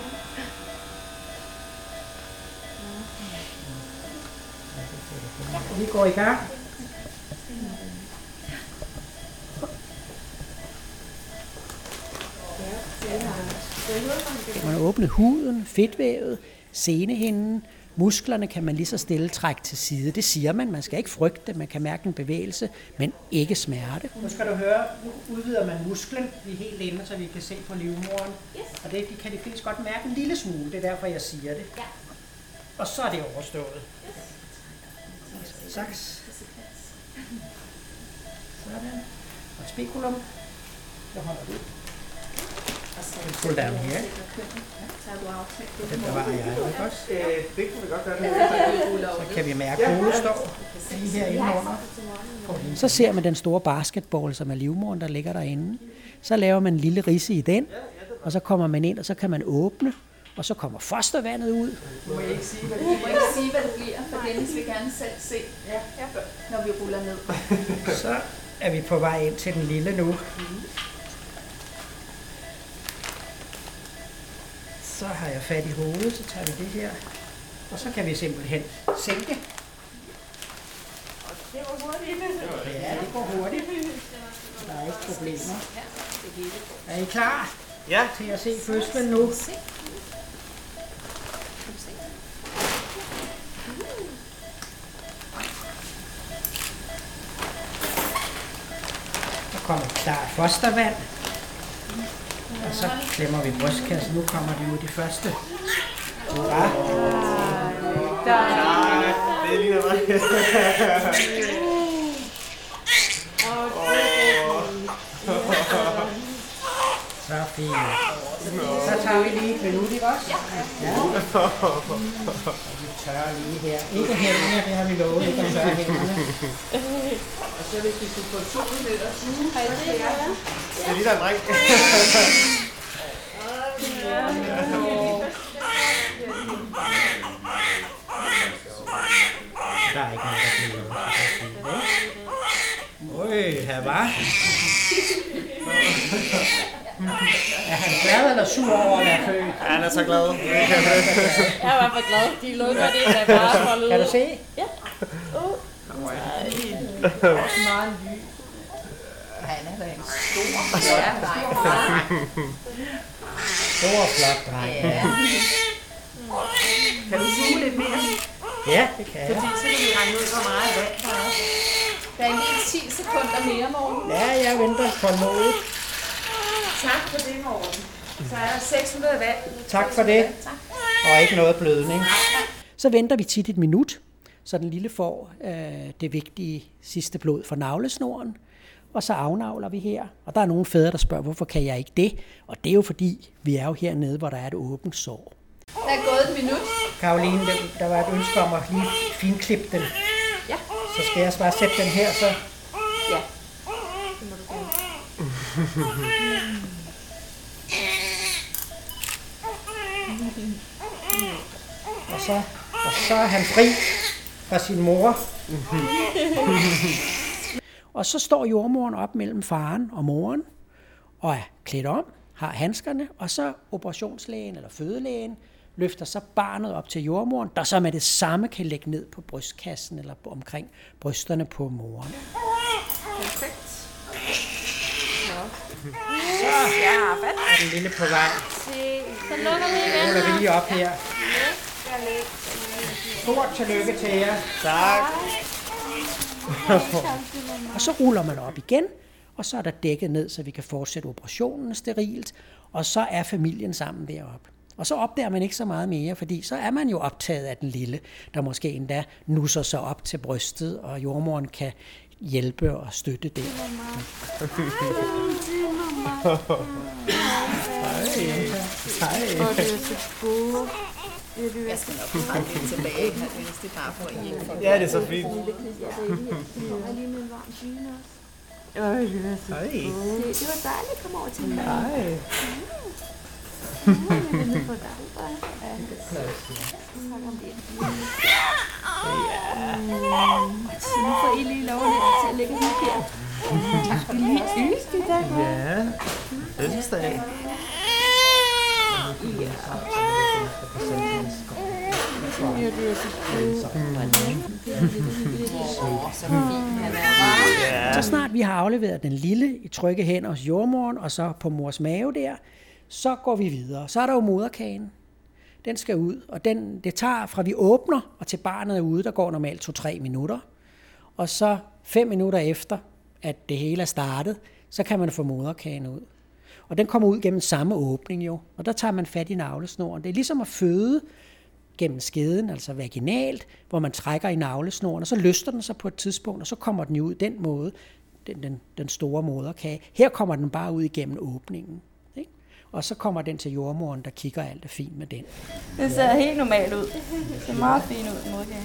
Vi går i gang. Man har åbnet huden, fedtvævet, senehinden, musklerne kan man lige så stille trække til side. Det siger man, man skal ikke frygte, man kan mærke en bevægelse, men ikke smerte. Nu skal du høre, nu udvider man musklen, vi er helt inde, så vi kan se på livmoderen. Yes. Og det kan de fleste godt mærke en lille smule, det er derfor jeg siger det. Ja. Og så er det overstået. Yes. Saks. Sådan. Og spekulum. Jeg holder det. Pull down her. Den bevarer jeg, ikke også? Øh, det kan vi godt gøre det. Så kan vi mærke, at hovedet står lige herinde under. Så ser man den store basketball, som er livmoderen, der ligger derinde. Så laver man en lille ridse i den, og så kommer man ind, og så kan man åbne, og så kommer fostervandet ud. Du må ikke sige, hvad det bliver. Du må ikke sige, hvad det bliver, for Dennis vil gerne selv se, når vi ruller ned. Så er vi på vej ind til den lille nu. Så har jeg fat i hovedet, så tager vi det her. Og så kan vi simpelthen sænke. Det var hurtigt. Ja, det går hurtigt. Der er ikke problemer. Er I klar Ja. til at se fødslen nu? Så kommer der fostervand. Og så klemmer vi brystkassen. Nu kommer de ud de første. Hurra! Det ligner mig. Så fint. Så tager vi lige et minut, ikke også? Ja. Og vi tørrer lige her. Ikke hænderne, det har vi lovet, ikke at tørre hænderne. Og så hvis vi skulle få to minutter, så Har I det, ja? Det er lige der en dreng. Der er ikke noget, der bliver. Øj, her var. Er han glad eller sur over at være født? Ja, han er så glad. Jeg er i hvert fald glad. De lukker det, der bare foldet ud. Kan du se? Ja. Uh. også meget ny. Han er da en stor ja, dreng. Stor og flot dreng. Ja. Kan du suge lidt mere? Ja, det kan jeg. Fordi så kan vi regne ud, hvor meget vand der er. Der er ikke ti sekunder mere, Morten. Ja, jeg venter tålmodigt. Tak for det, Morten. Så er der seks hundrede vand. Tak for det. Og ikke noget blødning. Så venter vi tit et minut, så den lille får øh, det vigtige sidste blod fra navlesnoren. Og så afnavler vi her. Og der er nogle fædre, der spørger, hvorfor kan jeg ikke det? Og det er jo fordi, vi er jo hernede, hvor der er et åbent sår. Der er gået et minut. Karoline, der, der var et ønske om at lige finklippe den. Ja. Så skal jeg bare sætte den her, så... Ja. Og så, og så er han fri fra sin mor. Og så står jordmoren op mellem faren og moren, og er klædt om, har handskerne, og så operationslægen eller fødelægen løfter så barnet op til jordmoren, der så med det samme kan lægge ned på brystkassen eller omkring brysterne på moren. Perfekt. Så er den lille på vej. Så lukker vi igen. Nu er vi lige op her. Stort tillykke til jer. Tak. Og så ruller man op igen, og så er der dækket ned, så vi kan fortsætte operationen sterilt, og så er familien sammen deroppe. Og så opdager man ikke så meget mere, fordi så er man jo optaget af den lille, der måske endda nusser sig op til brystet, og jordmoren kan hjælpe og støtte det. Hej. Hej. Og det er så gode. Jeg skal nok få det tilbage, hvis det bare for en hjælp. Ja, det er så fint. Øj, det er så Hej. gode. Det var dejligt at komme over til mig. Hej. Så nu får I lige lov til at lægge den her. Det er lige yst i dag. Ja, fødselsdag. Ja, det er så Så snart vi har afleveret den lille i trygge hænder hos jordmoren, og så på mors mave der, så går vi videre. Så er der jo moderkagen. Den skal ud, og den, det tager fra vi åbner, og til barnet er ude, der går normalt to-tre minutter. Og så fem minutter efter, at det hele er startet, så kan man få moderkagen ud. Og den kommer ud gennem samme åbning jo, og der tager man fat i navlesnoren. Det er ligesom at føde gennem skeden, altså vaginalt, hvor man trækker i navlesnoren, og så løster den sig på et tidspunkt, og så kommer den jo ud den måde, den, den, den store moderkage. Her kommer den bare ud igennem åbningen. Ikke? Og så kommer den til jordmoren, der kigger alt er fint med den. Det ser helt normalt ud. Det ser meget fint ud, moderkagen.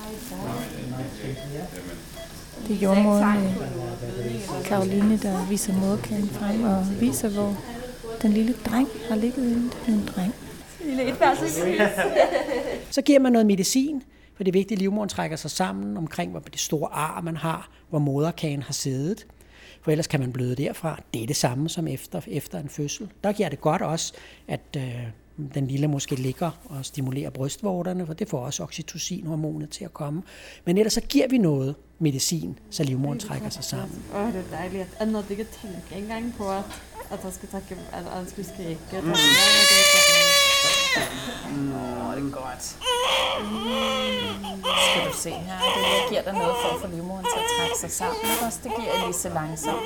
Det er jordmoren Karoline, der viser moderkagen frem og viser, hvor den lille dreng har ligget inde. Det er en dreng. Lille etværelses. Så giver man noget medicin, for det er vigtigt, at livmoderen trækker sig sammen omkring, hvor det store ar, man har, hvor moderkagen har siddet. For ellers kan man bløde derfra. Det er det samme som efter, efter en fødsel. Der giver det godt også, at øh, den lille måske ligger og stimulerer brystvorterne, for det får også oxytocin-hormonet til at komme. Men ellers så giver vi noget medicin, så livmoderen trækker sig sammen. Åh, det er dejligt. At når det ikke tænker engang på, at, at der skal trække, at der skal skrikke. Mm. Nå, det er godt. Skal du se her, det giver dig noget for at få livmoderen til at trække sig sammen. Det giver jeg lige så langsomt.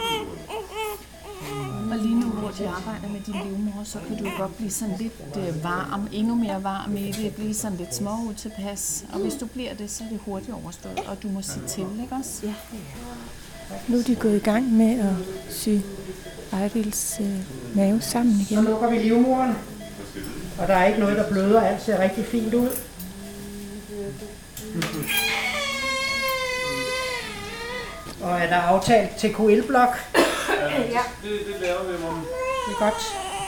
Og lige nu, hvor du arbejder med din livmor, så kan du godt blive sådan lidt øh, varm, endnu mere varm i det, blive sådan lidt små utilpas. Og hvis du bliver det, så er det hurtigt overstået, og du må sige til, ikke også? Ja. Nu er de gået i gang med at sy Ejvils øh, mave sammen igen. Så lukker vi livmoderen, og der er ikke noget, der bløder. Alt ser rigtig fint ud. Og er der aftalt til K L-blok? Ja. Det, det laver vi, mamma. Det er godt.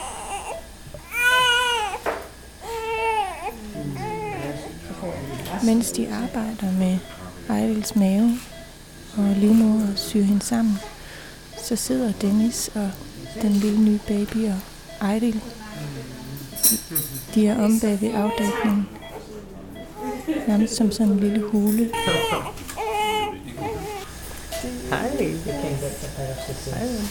Mens de arbejder med Ejvils mave og livmor og syr hende sammen, så sidder Dennis og den lille nye baby og Ejvil. De er om bag ved afdækningen. Nærmest som sådan en lille hule. Hej, det kan jeg godt.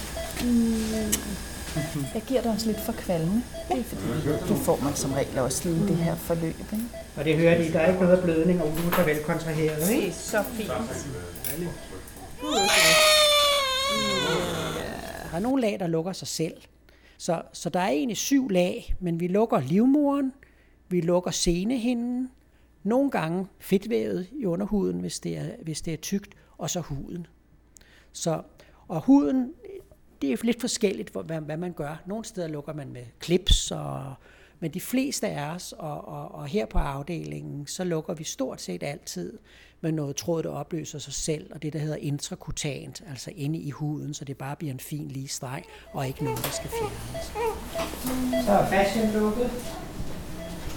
Jeg giver dig også lidt for kvalme. Det er fordi, det får man som regel også lige i det her forløb. Ikke? Og det hører de, der er ikke noget blødning, og uden er velkontraheret, ikke? Det er så fint. Der er nogle lag, der lukker sig selv. Så, så der er egentlig syv lag, men vi lukker livmoderen, vi lukker senehinden, nogle gange fedtvævet i underhuden, hvis det er, hvis det er tykt, og så huden. Så, og huden, det er lidt forskelligt, hvad, hvad man gør. Nogle steder lukker man med clips, og, men de fleste af os, og, og, og her på afdelingen, så lukker vi stort set altid med noget tråd, der opløser sig selv, og det, der hedder intrakutant, altså inde i huden, så det bare bliver en fin lige streg, og ikke noget, der skal fjernes. Så er fascien lukket.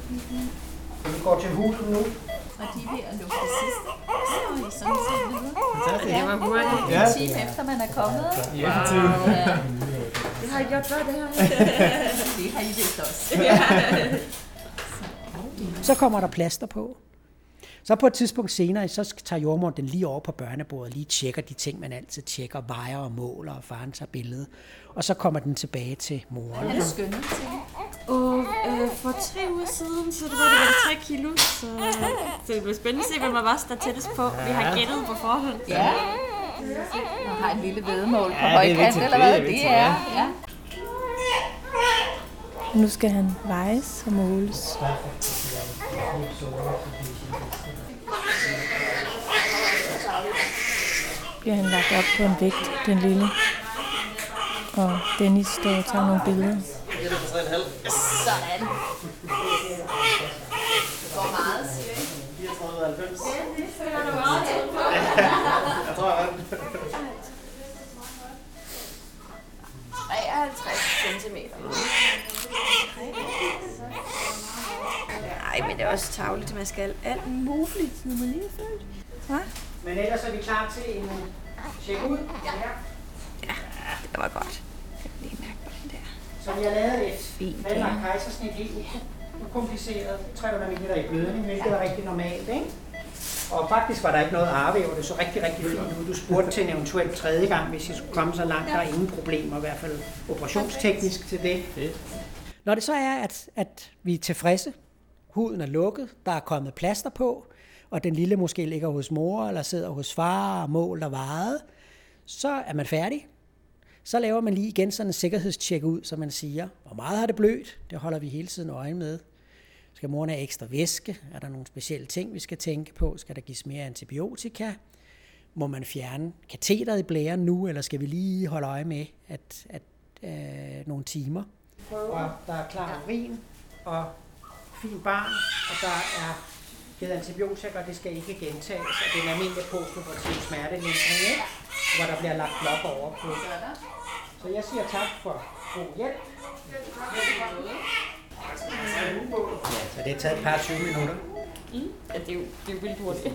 Vi går til hulen nu. Og de er ved at lukke det sidste. Så er I sådan set videre. Det var hurtigt. Ja. En time efter man er kommet. Ja, Wow. Ja. Det har I gjort før, det her. Det har I vist også. Så kommer der plaster på. Så på et tidspunkt senere, så tager jordmoren den lige over på børnebordet, lige tjekker de ting, man altid tjekker, vejer og måler, og faren tager billede. Og så kommer den tilbage til moren. Han er skønnet til. Og øh, for tre uger siden, så det var det var tre kilo, så, så det blev spændende at se, hvem var der tættest på. Vi har gættet på forhånd. Ja. Og har et lille væddemål på Ja, højkant, eller hvad det er. Ja. Nu skal han vejes og måles. Bliver han lagt op på en vægt, den lille. Og Dennis står og tager nogle billeder. Sådan. Hvor meget siger I? fireogtredive komma halvfems. Det føler du meget helt på. Jeg tror, jeg treoghalvtreds centimeter. Nej, men det er også tarveligt, man skal alt muligt, når man lige er født. Hva? Men ellers er vi klar til en tjek ud. Ja. Ja, det var godt. Jeg kan lige mærke på den der. Så vi har lavet et Fint. planlagt kejsersnit, helt ukompliceret, tre hundrede milliliter i blødning, hvilket er rigtig normalt, ikke? Og faktisk var der ikke noget arvæv, det så rigtig, rigtig fint ud. Du spurgte til en eventuelt tredje gang, hvis jeg skulle komme så langt. Der er ingen problemer, i hvert fald operationsteknisk til det. Når det så er, at, at vi er tilfredse, huden er lukket, der er kommet plaster på, og den lille måske ligger hos mor, eller sidder hos far og mål og vejet, så er man færdig. Så laver man lige igen sådan en sikkerhedstjek ud, som man siger. Hvor meget har det blødt? Det holder vi hele tiden øje med. Skal moren have ekstra væske? Er der nogle specielle ting, vi skal tænke på? Skal der gives mere antibiotika? Må man fjerne kateteret i blæren nu, eller skal vi lige holde øje med at, at, øh, nogle timer? Og der er klar urin og fin barn, og der er givet antibiotika, og det skal ikke gentages. Og det er en almindelig postoperativ smertelindring, ikke? Hvor der bliver lagt blok over på. Så jeg siger tak for god hjælp. Så det er taget et par tyve minutter. Mm. Ja, det er jo, det er jo vildt hurtigt.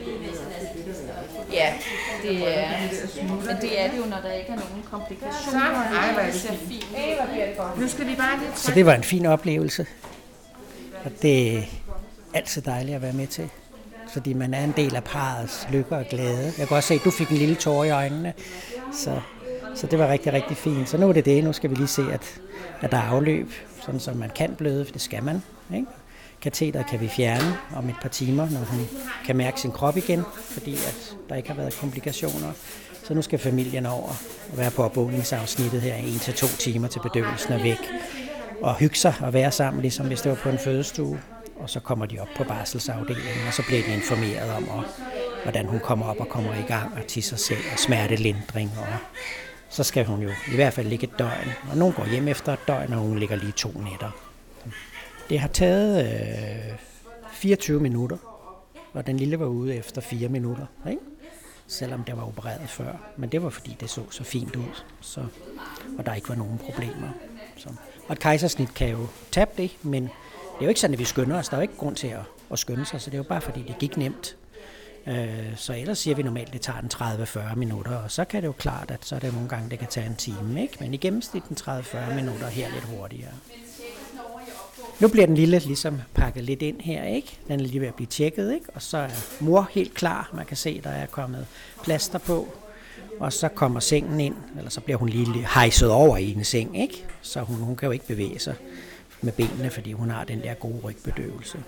Ja, det er, men det er det jo, når der ikke er nogen komplikationer. Ej, hvor er det ser fint. fint. Ej, hvor bliver det godt. Nu skal vi bare lidt. Så det var en fin oplevelse. Og det er altid dejligt at være med til. Fordi man er en del af parrets lykke og glæde. Jeg kan også se, at du fik en lille tår i øjnene. Så, så det var rigtig, rigtig fint. Så nu er det det. Nu skal vi lige se, at, at der er afløb, sådan som man kan bløde, for det skal man. Ikke? Kateteret kan vi fjerne om et par timer, når hun kan mærke sin krop igen, fordi at der ikke har været komplikationer. Så nu skal familien over og være på opvågningsafsnittet her i en til to timer til bedøvelsen er væk. Og hygge sig og være sammen, ligesom hvis det var på en fødestue. Og så kommer de op på barselsafdelingen, og så bliver de informeret om, og, hvordan hun kommer op og kommer i gang og til sig selv og smertelindring. Og så skal hun jo i hvert fald ligge et døgn. Og nogen går hjem efter et døgn, og hun ligger lige to nætter. Det har taget øh, fireogtyve minutter, og den lille var ude efter fire minutter, ikke? Selvom det var opereret før. Men det var fordi, det så så fint ud, så, og der ikke var nogen problemer. Så. Og et kejsersnit kan jo tabe det, men det er jo ikke sådan, at vi skynder os. Der er jo ikke grund til at, at skynde sig, så det er jo bare fordi, det gik nemt. Øh, så ellers siger vi normalt, at det tager en tredive til fyrre minutter, og så kan det jo klart, at så er det nogle gange, det kan tage en time, ikke? Men i gennemsnit en tredive til fyrre minutter her lidt hurtigere. Nu bliver den lille ligesom pakket lidt ind her, ikke? Den er lige ved at blive tjekket, ikke? Og så er mor helt klar. Man kan se, der er kommet plaster på. Og så kommer sengen ind, eller så bliver hun lige hejset over i en seng, ikke? Så hun, hun kan jo ikke bevæge sig med benene, fordi hun har den der gode rygbedøvelse.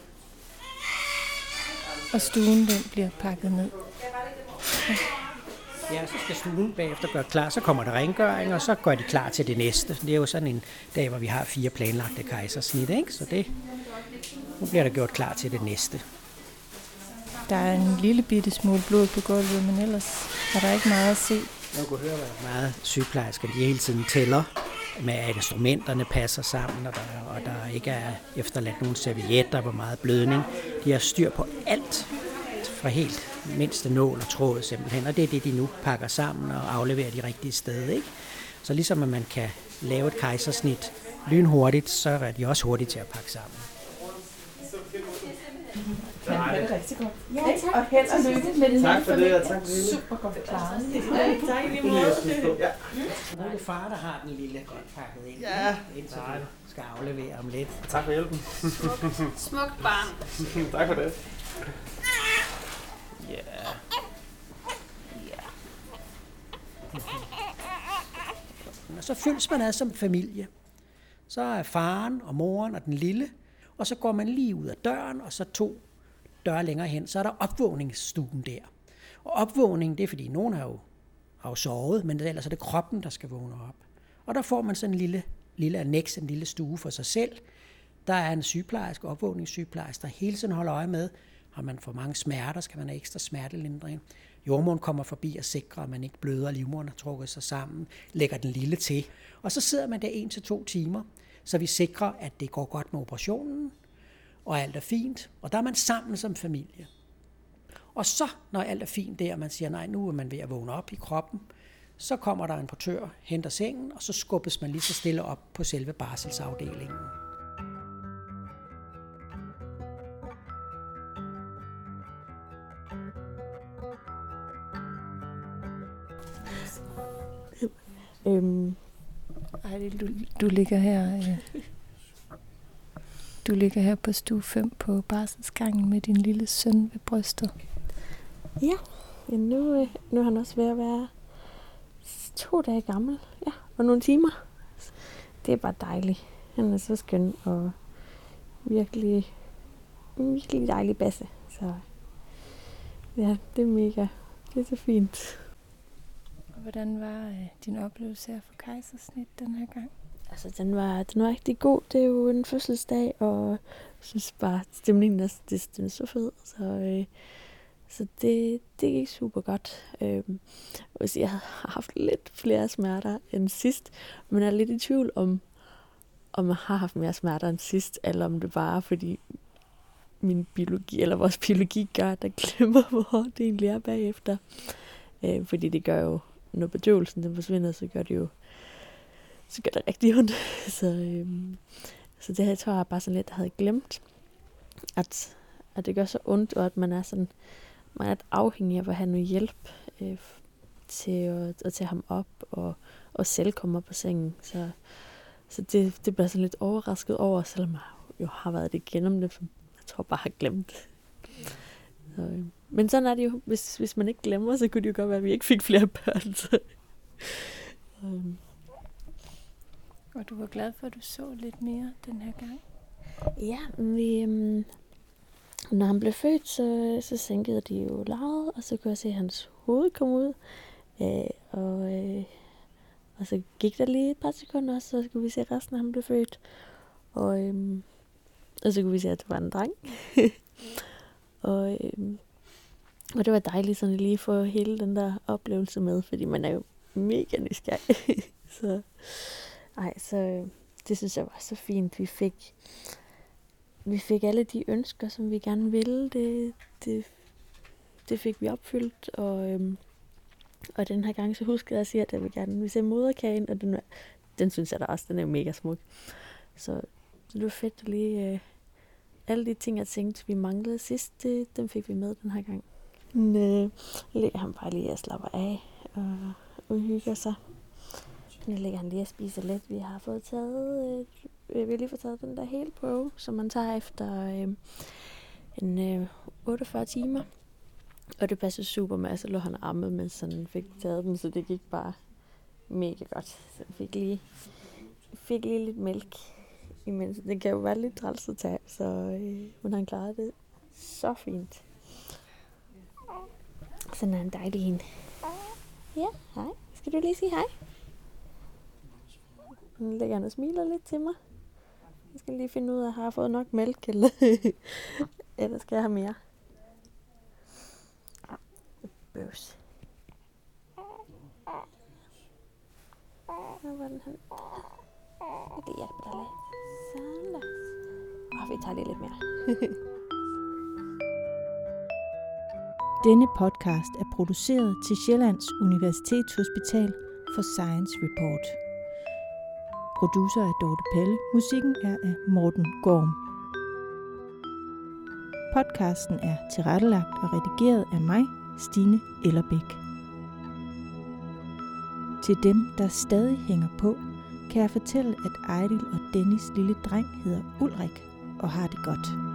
Og stuen, den bliver pakket ned. Ja. Ja, så skal stuen bagefter gøre klar, så kommer der rengøring, og så gør de klar til det næste. Det er jo sådan en dag, hvor vi har fire planlagte kejsersnit, ikke? Så det, nu bliver der gjort klar til det næste. Der er en lille bitte smule blod på gulvet, men ellers er der ikke meget at se. Jeg kunne høre, hvor meget sygeplejersker de hele tiden tæller med, at instrumenterne passer sammen, og der, og der ikke er efterladt nogen servietter, hvor meget blødning. De har styr på alt, fra helt mindste nål og tråd simpelthen, og det er det, de nu pakker sammen og afleverer de rigtige steder, ikke? Så ligesom at man kan lave et kejsersnit lynhurtigt, så er de også hurtige til at pakke sammen. Han gør det rigtig godt. Ja, tak. Og held og lykke med det. Tak for det, og tak for det. Super godt klaret. Ja, tak i lige måde. Ja. Nu er det far, der har den lille godt pakket ind. Ja. Indtil du skal aflevere om lidt. Tak for hjælpen. Smukt barn. Tak for det. Ja. Og så føles man ad som familie. Så er faren og moren og den lille, og så går man lige ud af døren, og så to døre længere hen, så er der opvågningsstuen der. Og opvågning, det er fordi, nogen har jo, har jo sovet, men ellers er det kroppen, der skal vågne op. Og der får man sådan en lille, lille annex, en lille stue for sig selv. Der er en sygeplejerske, opvågningssygeplejerske, der hele tiden holder øje med, har man for mange smerter, skal man have ekstra smertelindring. Jordmoren kommer forbi og sikrer, at man ikke bløder, livmoderen har trukket sig sammen, lægger den lille til. Og så sidder man der en til to timer, så vi sikrer, at det går godt med operationen, og alt er fint. Og der er man sammen som familie. Og så, når alt er fint der, og man siger, nej, nu er man ved at vågne op i kroppen, så kommer der en portør, henter sengen, og så skubbes man lige så stille op på selve barselsafdelingen. Øhm, Ej, du, du ligger her... Øh, du ligger her på stue fem på barselsgangen med din lille søn ved brystet. ja, ja nu, nu er han også ved at være to dage gammel. Ja, og nogle timer. Det er bare dejligt. Han er så skøn og virkelig, virkelig dejlig basse. Så ja, det er mega. Det er så fint. Og hvordan var øh, din oplevelse af for kejsersnit den her gang? Altså, den var, den var rigtig god. Det er jo en fødselsdag, og jeg synes bare, stemningen er, det, den er så fed. Så, øh, så det, det gik super godt. Øh, hvis jeg havde haft lidt flere smerter end sidst, men jeg er lidt i tvivl om, om jeg har haft mere smerter end sidst, eller om det bare er, fordi min biologi, eller vores biologi gør, at der glemmer, hvor det egentlig er bagefter. Øh, fordi det gør jo, når bedøvelsen den forsvinder, så gør det jo så gør det rigtig ondt. Så, øhm, så det her tror jeg bare sådan lidt, jeg havde glemt, at, at det gør så ondt, og at man er sådan, man er afhængig af at have noget hjælp øh, til at, at tage ham op, og, og selv komme op på sengen. Så, så det, det bliver sådan lidt overrasket over, selvom jeg jo har været det igennem det, for jeg tror bare, jeg har glemt. Så, øh. Men sådan er det jo, hvis, hvis man ikke glemmer, så kunne det jo godt være, at vi ikke fik flere børn. Så, øh. Og du var glad for, at du så lidt mere den her gang? Ja, vi, øhm, når han blev født, så, så sænkede de jo laget, og så kunne jeg se, at hans hoved kom ud. Øh, og, øh, og så gik der lige et par sekunder, og så kunne vi se resten, af han blev født. Og, øhm, og så kunne vi se, at det var en dreng. og, øhm, og det var dejligt sådan lige at få hele den der oplevelse med, fordi man er jo mega nysgerrig. så... Ej, så det synes jeg var så fint. Vi fik, vi fik alle de ønsker, som vi gerne ville. Det, det, det fik vi opfyldt. Og, øhm, og den her gang, så huskede jeg at sige, at jeg vil gerne ville se moderkagen. Og den, den synes jeg da også, den er mega smuk. Så det var fedt at lige... Øh, alle de ting, jeg tænkte, vi manglede sidst, det, dem fik vi med den her gang. Men øh, ligger han bare lige og slapper af og, og hygger sig. Nu ligger han lige og spiser lidt. Vi har fået taget, øh, vi har lige fået taget den der hele prøve, som man tager efter øh, en øh, otteogfyrre timer. Og det passer super med, så lå han ammet, mens han fik taget den, så det gik bare mega godt. Så jeg fik lige, fik lige lidt mælk imens. Det kan jo være lidt træls at tage, så øh, men han klarede det så fint. Sådan er en dejlig en. Ja, hej. Skal du lige sige hej? Nu lægger han og smiler lidt til mig. Jeg skal lige finde ud af, har jeg fået nok mælk, eller, eller skal jeg have mere? Bøvs. Hvor var den hen? Jeg kan hjælpe dig lidt. Sådan der. Åh, vi tager lige lidt mere. Denne podcast er produceret til Sjællands Universitetshospital for Science Report. Producer er Dorte Pelle. Musikken er af Morten Gorm. Podcasten er tilrettelagt og redigeret af mig, Stine Ellerbæk. Til dem, der stadig hænger på, kan jeg fortælle, at Ejlil og Dennis' lille dreng hedder Ulrik og har det godt.